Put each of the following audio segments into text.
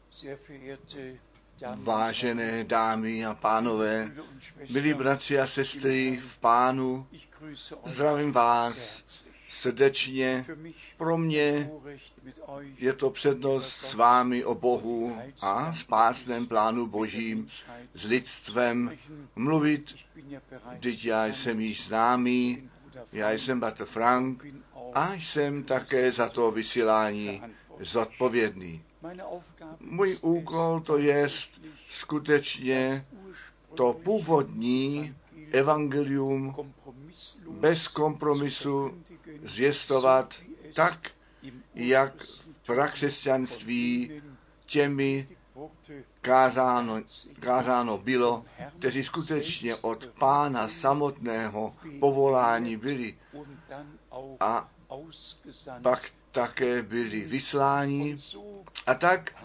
Vážené dámy a pánové, milí bratři a sestry v Pánu, zdravím vás srdečně. Pro mě je to přednost s vámi o Bohu a spásném plánu Božím, s lidstvem mluvit. Vždyť já jsem již známý, já jsem bratr Frank a jsem také za to vysílání zodpovědný. Můj úkol to je skutečně to původní evangelium bez kompromisu zvěstovat tak, jak v prakřesťanství těmi kázáno bylo, kteří skutečně od Pána samotného povolání byli a pak také byli vysláni. A tak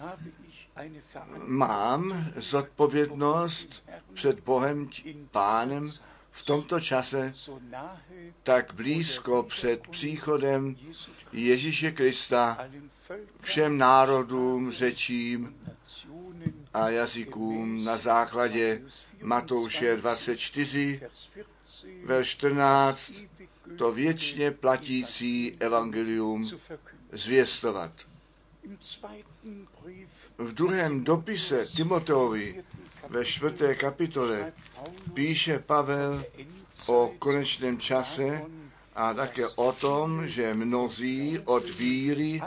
mám zodpovědnost před Bohem Pánem v tomto čase tak blízko před příchodem Ježíše Krista všem národům, řečím a jazykům na základě Matouše 24, verš 14, to věčně platící evangelium zvěstovat. V druhém dopise Timoteovi ve 4. kapitole píše Pavel o konečném čase a také o tom, že mnozí od víry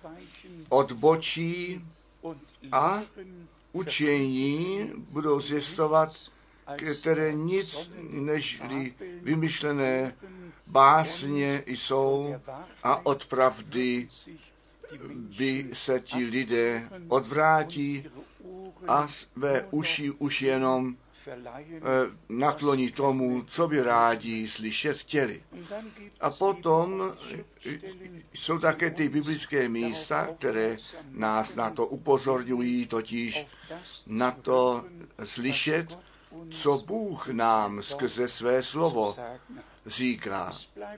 odbočí a učení budou zvěstovat, které nic nežli vymyšlené básně jsou a od pravdy by se ti lidé odvrátí a své uši už jenom nakloní tomu, co by rádi slyšet chtěli. A potom jsou také ty biblické místa, které nás na to upozorňují, totiž na to slyšet, co Bůh nám skrze své slovo říká.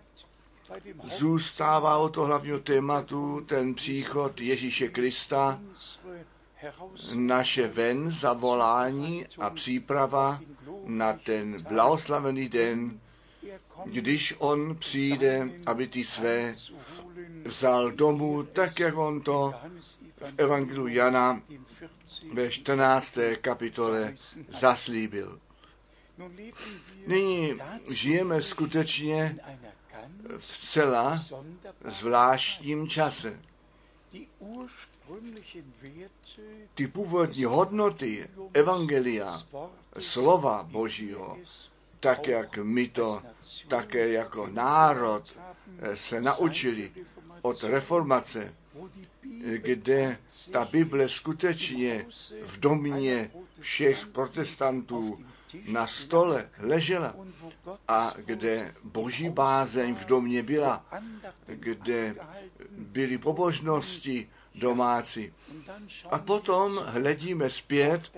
Zůstává o to hlavního tématu ten příchod Ježíše Krista, naše ven zavolání a příprava na ten blahoslavený den, když on přijde, aby ty své vzal domů, tak jak on to v evangeliu Jana ve 14. kapitole zaslíbil. Nyní žijeme skutečně v celá zvláštním čase. Ty původní hodnoty evangelia, slova Božího, tak jak my to také jako národ se naučili od reformace, kde ta Bible skutečně v domě všech protestantů na stole ležela a kde Boží bázeň v domě byla, kde byly pobožnosti domácí. A potom hledíme zpět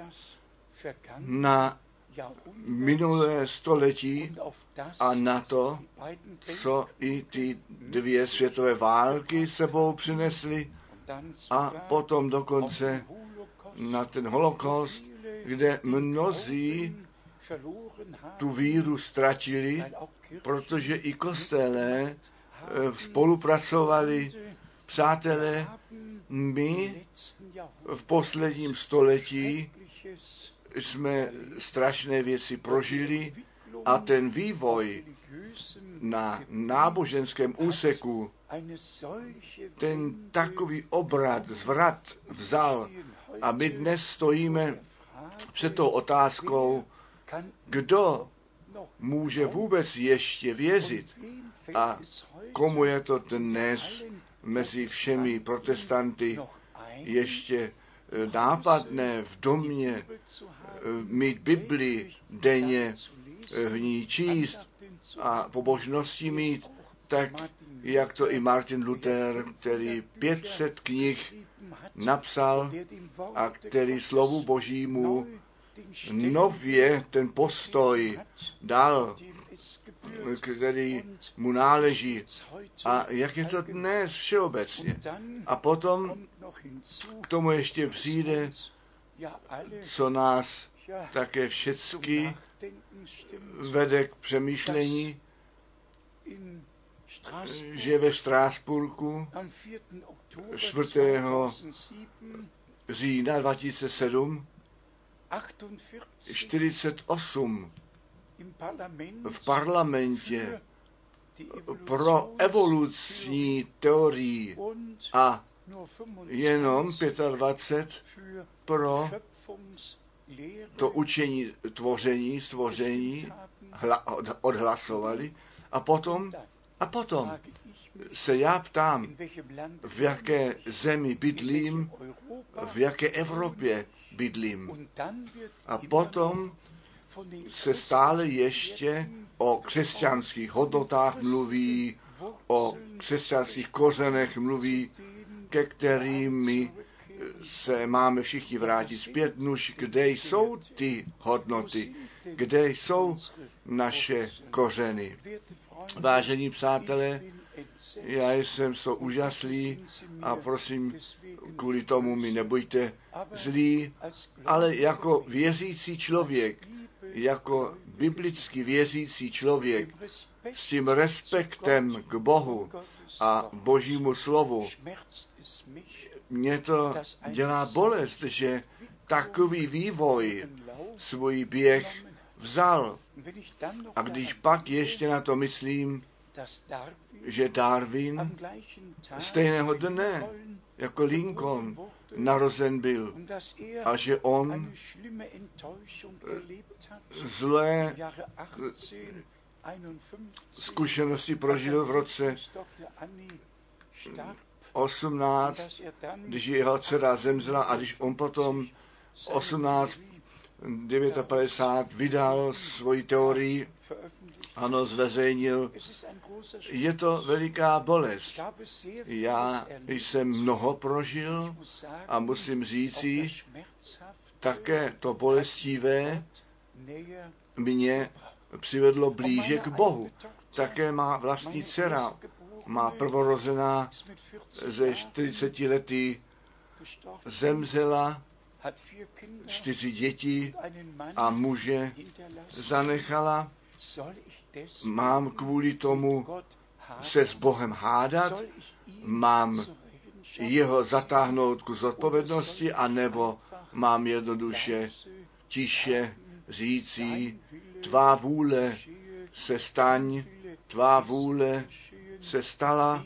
na minulé století a na to, co i ty dvě světové války sebou přinesly a potom dokonce na ten holokaust, kde mnozí tu víru ztratili, protože i kostelé spolupracovali. Přátelé, my v posledním století jsme strašné věci prožili a ten vývoj na náboženském úseku, ten takový obrat, zvrat vzal a my dnes stojíme před tou otázkou, kdo může vůbec ještě věřit a komu je to dnes mezi všemi protestanty ještě nápadné v domě mít Bibli denně v ní číst a pobožnosti mít, tak jak to i Martin Luther, který 500 knih napsal a který slovu Božímu nově ten postoj dal, který mu náleží. A jak je to dnes všeobecně. A potom K tomu ještě přijde, co nás také všecky vede k přemýšlení, že ve Štrásburku 4. října 2007 48 v parlamentě pro evoluční teorii a jenom 25 pro to učení stvoření odhlasovali a potom se já ptám, v jaké zemi bydlím, v jaké Evropě bydlím. A potom se stále ještě o křesťanských hodnotách mluví, o křesťanských kořenech mluví, ke kterým se máme všichni vrátit zpět. Nuž, kde jsou ty hodnoty, kde jsou naše kořeny. Vážení přátelé, já jsem so úžaslý a prosím, kvůli tomu mi nebuďte zlí, ale jako věřící člověk, jako biblicky věřící člověk, s tím respektem k Bohu a Božímu slovu, mě to dělá bolest, že takový vývoj svůj běh vzal. A když pak ještě na to myslím, že Darwin stejného dne jako Lincoln narozen byl a že on zlé zkušenosti prožil v roce 18, když jeho dcera zemřela a když on potom 1859 vydal svoji teorii, ano, zveřejnil. Je to veliká bolest. Já jsem mnoho prožil a musím říci, také to bolestivé mě přivedlo blíže k Bohu. Také má vlastní dcera, má prvorozená ze 40 lety zemřela, 4 děti a muže zanechala. Mám kvůli tomu se s Bohem hádat? Mám jeho zatáhnout ku zodpovědnosti, anebo mám jednoduše tiše říci, tvá vůle se staň, tvá vůle se stala,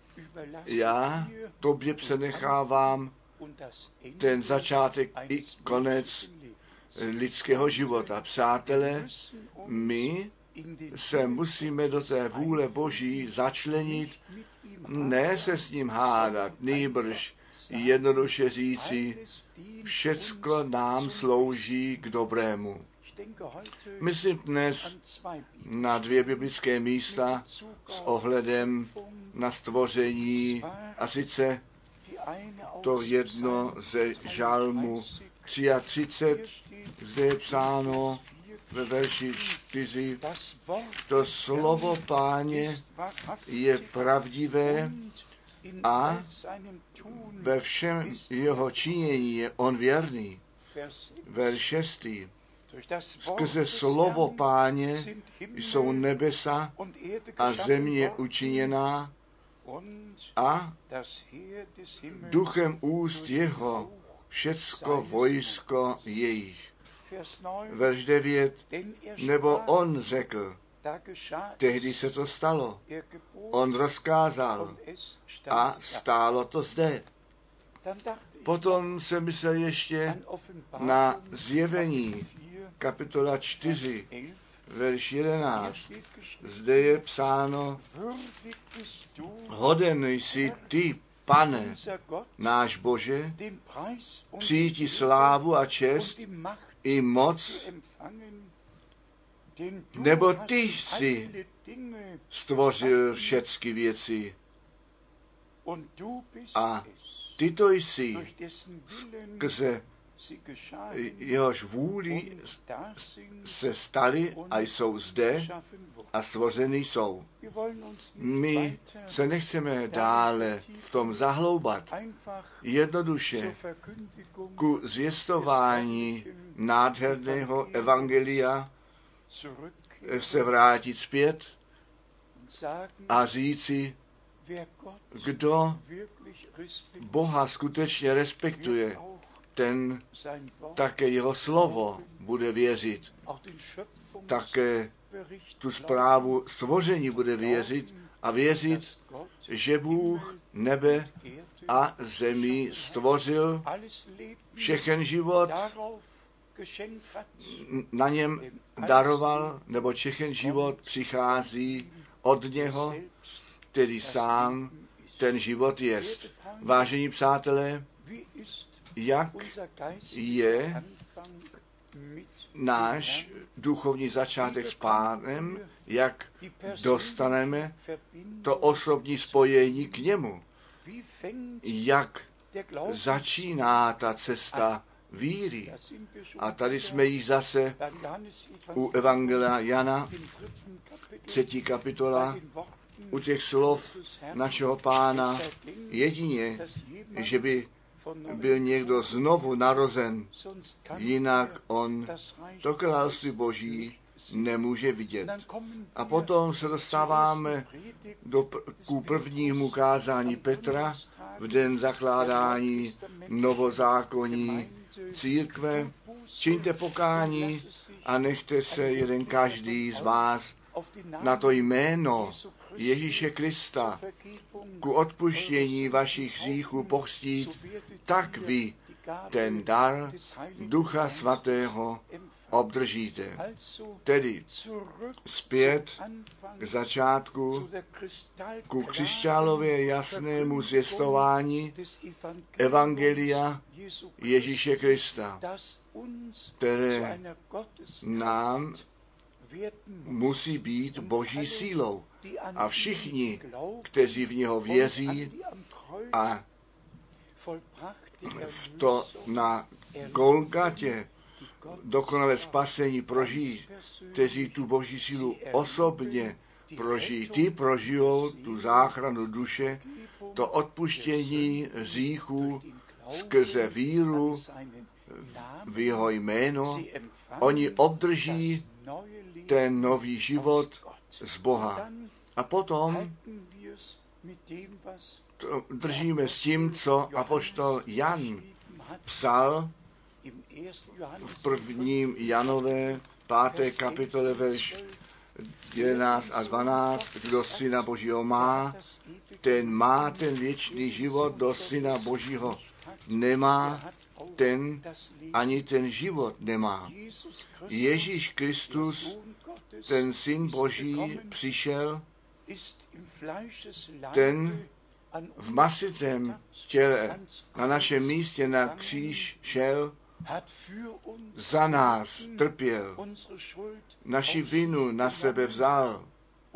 já tobě přenechávám ten začátek i konec lidského života. Přátelé, my se musíme do té vůle Boží začlenit, ne se s ním hádat, nýbrž jednoduše říci, všecko nám slouží k dobrému. Myslím dnes na 2 biblické místa s ohledem na stvoření, a sice to jedno ze Žalmu 33, zde je psáno ve verši 4, to slovo Páně je pravdivé a ve všem jeho činění je on věrný. Verš 6. Skrze slovo Páně jsou nebesa a země učiněná a duchem úst jeho všecko vojsko jejich. Verš 9. Nebo on řekl, tehdy se to stalo. On rozkázal a stálo to zde. Potom jsem myslel ještě na Zjevení, kapitola 4, verš 11. Zde je psáno, hoden jsi ty, Pane, náš Bože, přijít slávu a čest i moc, nebo ty jsi stvořil všechny věci a ty to jsi, skrze jehož vůli se stali a jsou zde a stvořeny jsou. My se nechceme dále v tom zahloubat. Jednoduše ku zvěstování nádherného evangelia se vrátit zpět a říci, kdo Boha skutečně respektuje, ten také jeho slovo bude věřit. Také tu zprávu stvoření bude věřit a věřit, že Bůh nebe a zemi stvořil, všechen život na něm daroval, nebo všechen život přichází od něho, který sám ten život jest. Vážení přátelé, jak je náš duchovní začátek s Pánem, jak dostaneme to osobní spojení k němu, jak začíná ta cesta víry. A tady jsme již zase u Evangelia Jana, 3. kapitola, u těch slov našeho Pána, jedině, že by byl někdo znovu narozen, jinak on to království Boží nemůže vidět. A potom se dostáváme ku prvnímu kázání Petra v den zakládání novozákonní církve. Čiňte pokání a nechte se jeden každý z vás na to jméno Ježíše Krista ku odpuštění vašich hříchů pohřtít, tak vy ten dar Ducha Svatého obdržíte. Tedy zpět k začátku, ku křišťálově jasnému zvěstování Evangelia Ježíše Krista, které nám musí být Boží sílou. A všichni, kteří v něho věří a v to na Golgatě dokonalé spasení prožijí, kteří tu Boží sílu osobně prožijí, ty prožijou tu záchranu duše, to odpuštění hříchů skrze víru v jeho jméno. Oni obdrží ten nový život z Boha. A potom to držíme s tím, co apoštol Jan psal v 1. Janové 5. kapitole verš 11 a 12. Kdo Syna Božího má ten věčný život, kdo Syna Božího nemá, ten ani ten život nemá. Ježíš Kristus, ten Syn Boží, přišel, ten v masitém těle na našem místě na kříž šel, za nás trpěl, naši vinu na sebe vzal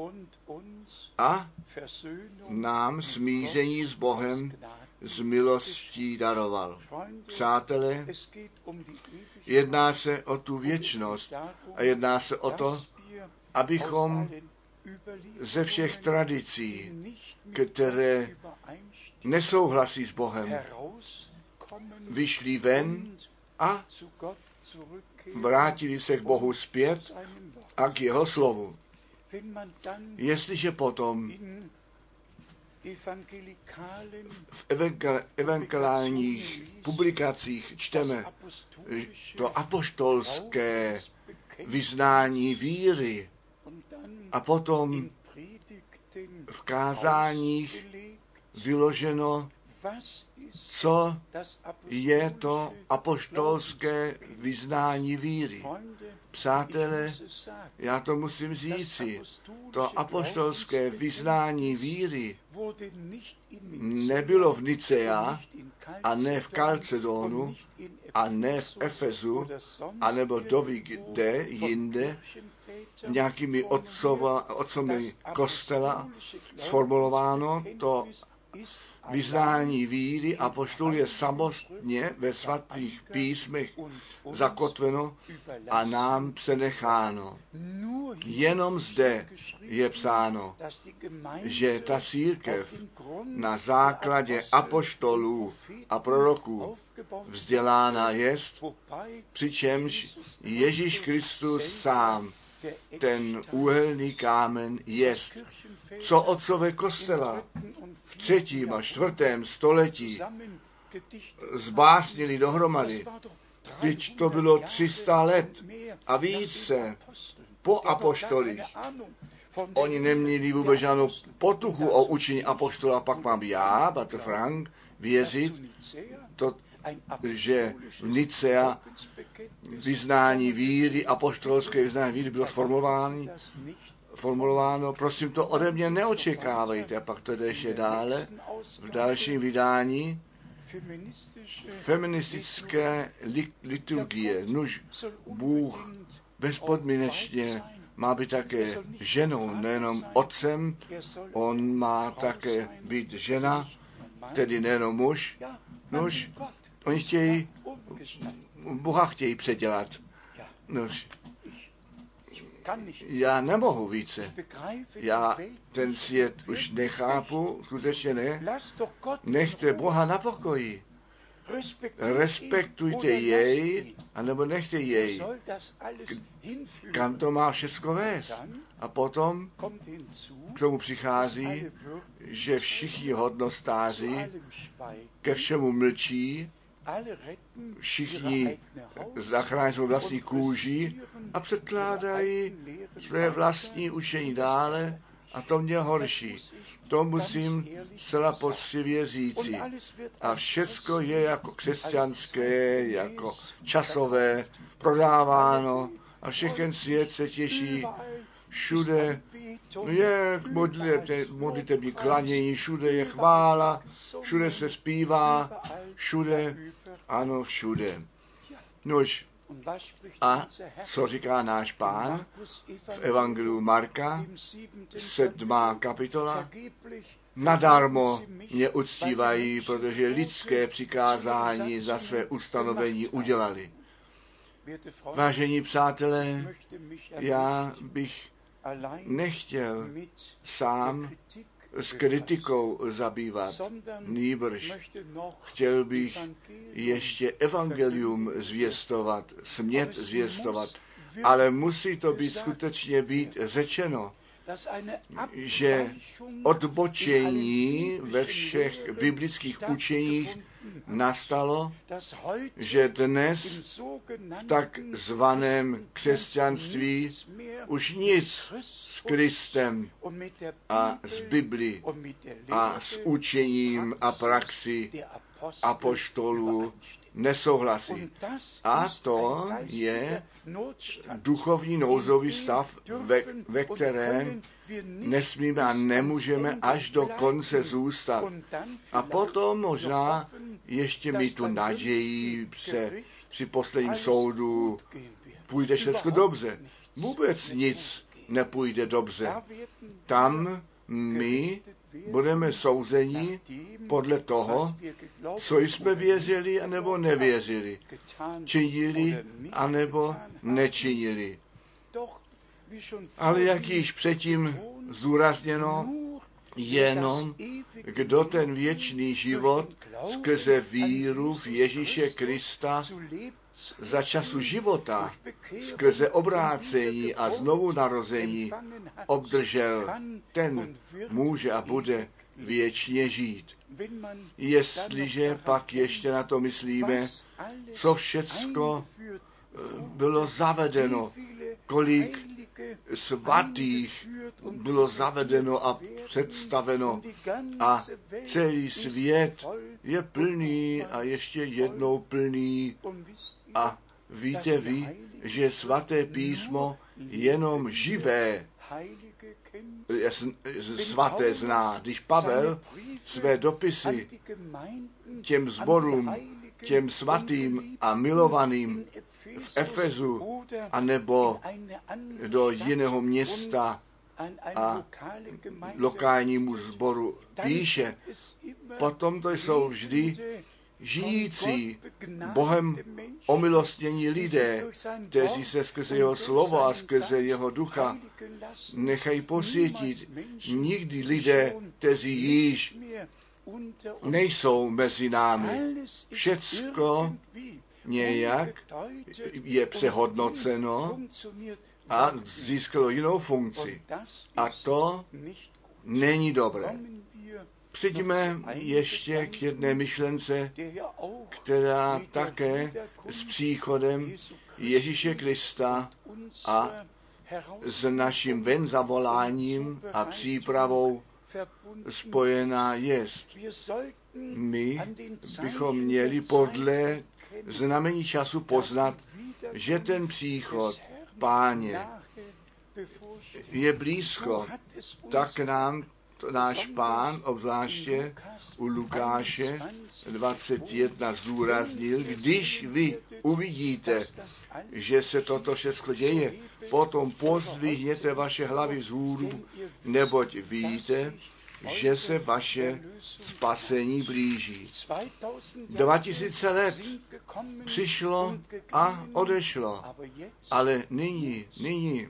a nám smíření s Bohem z milostí daroval. Přátelé, jedná se o tu věčnost a jedná se o to, abychom ze všech tradicí, které nesouhlasí s Bohem, vyšli ven a vrátili se k Bohu zpět a k jeho slovu. Jestliže potom v evangelálních publikacích čteme to apoštolské vyznání víry a potom v kázáních vyloženo, co je to apoštolské vyznání víry. Přátelé, já to musím říci, to apoštolské vyznání víry nebylo v Nicea a ne v Kalcedonu a ne v Efezu, anebo doví kde jinde, nějakými otcomi kostela sformulováno. To Vyznání víry apoštolů je samotně ve svatých písmech zakotveno a nám přenecháno. Jenom zde je psáno, že ta církev na základě apoštolů a proroků vzdělána jest, přičemž Ježíš Kristus sám ten úhelný kámen jest. Co otcové kostela v 3. a 4. století zbásnili dohromady, teď to bylo 300 let a více po apoštolích. Oni neměli vůbec žádnou potuchu o učení apoštola, pak mám já, Bratr Frank, věřit, že v Nicea vyznání víry, apoštolské vyznání víry bylo formulováno, prosím, to ode mě neočekávejte. A pak to jde ještě dále, v dalším vydání feministické liturgie. Nuž Bůh bezpodmínečně má být také ženou, nejenom otcem, on má také být žena, tedy nejenom muž. Nuž, oni chtějí, Boha chtějí předělat. Nuž, já nemohu více. Já ten svět už nechápu, skutečně ne. Nechte Boha na pokoji. Respektujte jej, anebo nechte jej. Kam to má všechno vést? A potom k tomu přichází, že všichni hodnostáři ke všemu mlčí, všichni zachrání svou vlastní kůži a předkládají své vlastní učení dále a to mě horší. To musím zcela poctivě říci. A všecko je jako křesťanské, jako časové, prodáváno a všechen svět se těší. Všude je modlitební klanění, všude je chvála, všude se zpívá, všude, ano, všude. Nož, a co říká náš Pán v Evangeliu Marka, 7. kapitola? Nadarmo mě uctívají, protože lidské přikázání za své ustanovení udělali. Vážení přátelé, já bych nechtěl sám s kritikou zabývat, nýbrž chtěl bych ještě evangelium zvěstovat, smět zvěstovat, ale musí to být skutečně být řečeno, že odbočení ve všech biblických učeních nastalo, že dnes v takzvaném křesťanství už nic s Kristem a s Biblí a s učením a praxi apoštolů nesouhlasí. A to je duchovní nouzový stav, ve kterém nesmíme a nemůžeme až do konce zůstat. A potom možná ještě mít tu naději při posledním soudu půjde všechno dobře. Vůbec nic nepůjde dobře. Tam my budeme souzeni podle toho, co jsme věřili anebo nevěřili, činili anebo nečinili. Ale jak již předtím zdůrazněno, jenom kdo ten věčný život skrze víru v Ježíše Krista za času života, skrze obrácení a znovu narození obdržel, ten může a bude věčně žít. Jestliže pak ještě na to myslíme, co všecko bylo zavedeno, kolik svatých bylo zavedeno a představeno a celý svět je plný a ještě jednou plný. A víte vy, že svaté písmo jenom živé svaté zná. Když Pavel své dopisy těm sborům, těm svatým a milovaným v Efezu anebo do jiného města a lokálnímu sboru píše, potom to jsou vždy žijící, Bohem omilostnění lidé, kteří se skrze jeho slovo a skrze jeho ducha nechají posvětit. Nikdy lidé, kteří již nejsou mezi námi. Všecko nějak je přehodnoceno a získalo jinou funkci. A to není dobré. Přijďme ještě k jedné myšlence, která také s příchodem Ježíše Krista a s naším ven zavoláním a přípravou spojená jest. My bychom měli podle znamení času poznat, že ten příchod Páně je blízko. Tak nám náš Pán, obzvláště u Lukáše 21 zúraznil, když vy uvidíte, že se toto všechno děje, potom pozdvihněte vaše hlavy vzhůru, neboť víte, že se vaše spasení blíží. 2000 let přišlo a odešlo, ale nyní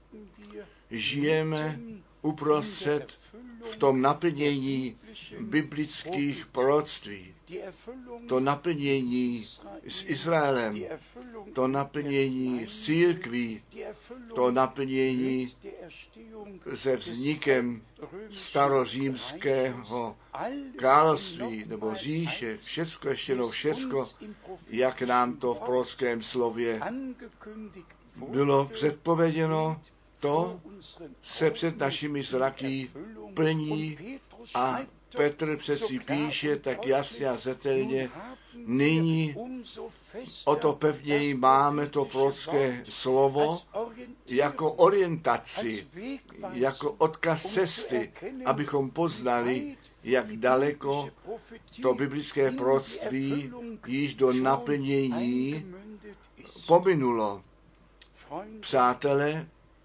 žijeme uprostřed v tom naplnění biblických proroctví. To naplnění s Izraelem, to naplnění s církví, to naplnění se vznikem starořímského království nebo říše, všecko ještě jednou všecko, jak nám to v prorockém slově bylo předpověděno, to se před našimi zraky plní a Petr přeci píše tak jasně a zetelně, nyní o to pevněji máme to prorocké slovo jako orientaci, jako odkaz cesty, abychom poznali, jak daleko to biblické proroctví již do naplnění pominulo. Přátelé,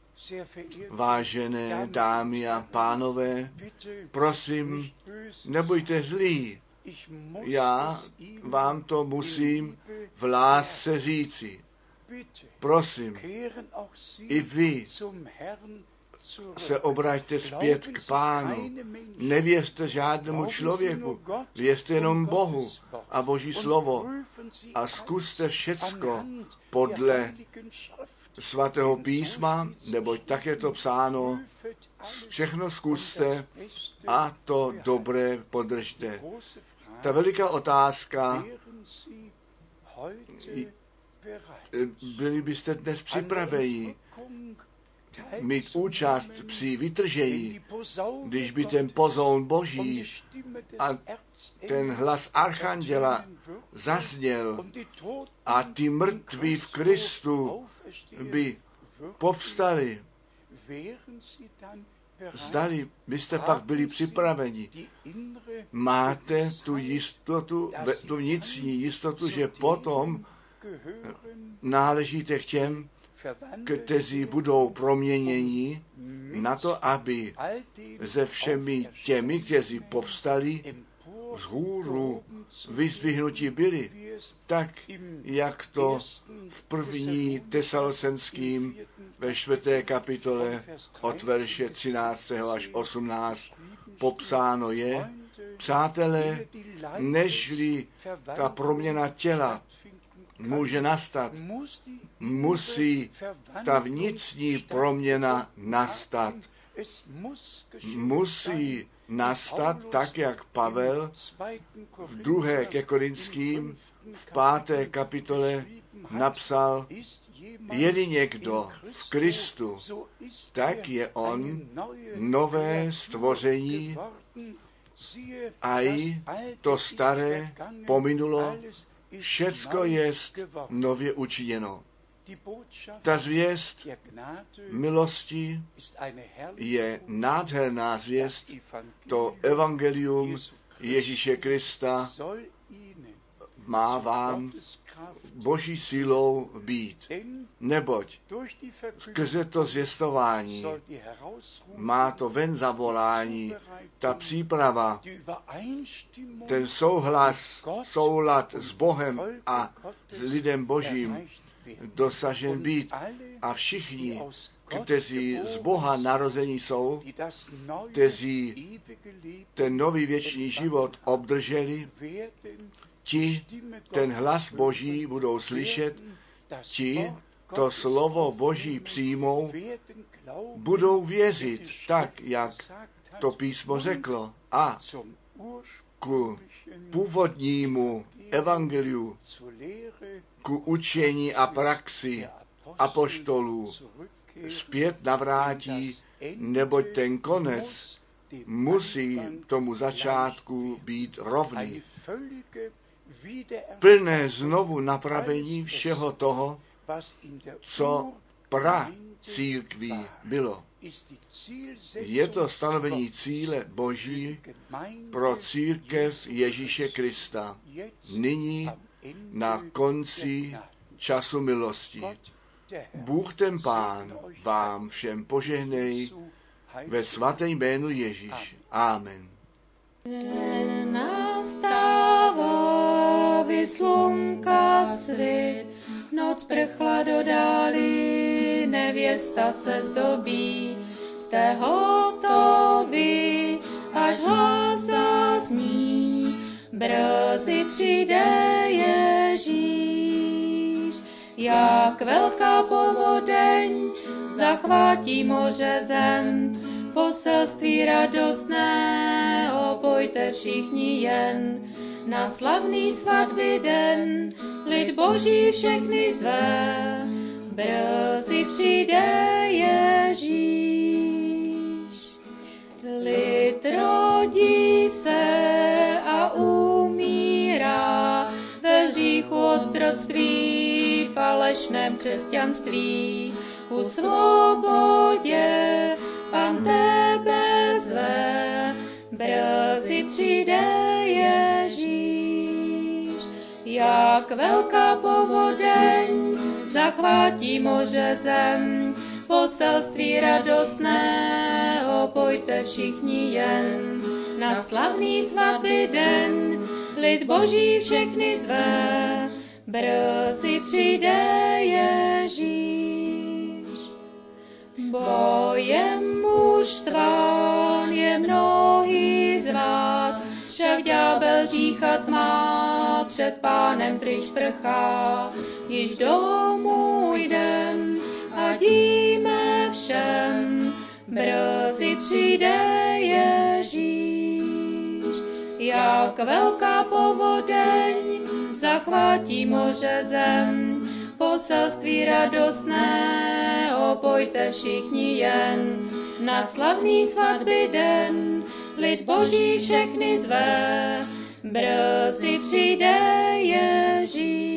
vážené dámy a pánové, prosím, nebuďte zlí. Já vám to musím v lásce říci. Prosím, i vy se obraťte zpět k Pánu. Nevěřte žádnému člověku, věřte jenom Bohu a Boží slovo a zkuste všecko podle svatého písma, neboť tak je to psáno, všechno zkuste a to dobré podržte. Ta veliká otázka, byli byste dnes připraveni mít účast při vytržení, když by ten pozoun Boží a ten hlas archanděla zazněl a ty mrtví v Kristu by povstali. Zdali byste pak byli připraveni. Máte tu jistotu, tu vnitřní jistotu, že potom náležíte k těm, kteří budou proměněni na to, aby se všemi těmi, kteří povstali, vzhůru vyzdvihnutí byli, tak jak to v 1. Tesalosenským ve 4. kapitole od verše 13. až 18 popsáno je. Přátelé, nežli ta proměna těla může nastat, musí ta vnitřní proměna nastat. Musí nastat tak, jak Pavel v 2. ke Korinským v 5. kapitole napsal, je-li někdo v Kristu, tak je on nové stvoření a i to staré pominulo, všecko jest nově učiněno. Ta zvěst milosti je nádherná zvěst, to evangelium Ježíše Krista má vám Boží silou být. Neboť skrze to zvěstování má to ven zavolání, ta příprava, ten soulad s Bohem a s lidem Božím dosažen být. A všichni, kteří z Boha narození jsou, kteří ten nový věčný život obdrželi, ti ten hlas Boží budou slyšet, ti to slovo Boží přijmou, budou věřit tak, jak to písmo řeklo, a ku původnímu evangeliu, ku učení a praxi apoštolů zpět navrátí, neboť ten konec musí tomu začátku být rovný. Plné znovu napravení všeho toho, co církví bylo. Je to stanovení cíle Boží pro církev Ježíše Krista. Nyní na konci času milosti. Bůh ten Pán vám všem požehnej ve svatém jménu Ježíš. Amen. Nastává, vyslunka svit, noc prchla do dály, nevěsta se zdobí. Jste hotovi, až hlas zazní, brzy přijde Ježíš. Jak velká povodeň zachvátí moře zem, poselství radostného pojďte všichni jen. Na slavný svatby den lid Boží všechny zve, brzy přijde Ježíš. Lid rodí se a umírá ve hříchu otroctví, falešném křesťanství. Ku svobodě Pan tebe zve, brzy přijde Ježíš. Jak velká povodeň zachvátí moře zem, poselství radostného pojďte všichni jen. Na slavný svatby den lid Boží všechny zve, brzy přijde Ježíš. Bojem mužstván je mnohý z vás, však ďábel říchat má, před Pánem pryč prchá. Již domů jdem a díme všem, brzy přijde Ježíš. Jak velká povodeň zachvátí moře zem, poselství radostného pojďte všichni jen. Na slavný svatby den lid Boží všechny zve, brzy přijde Ježíš.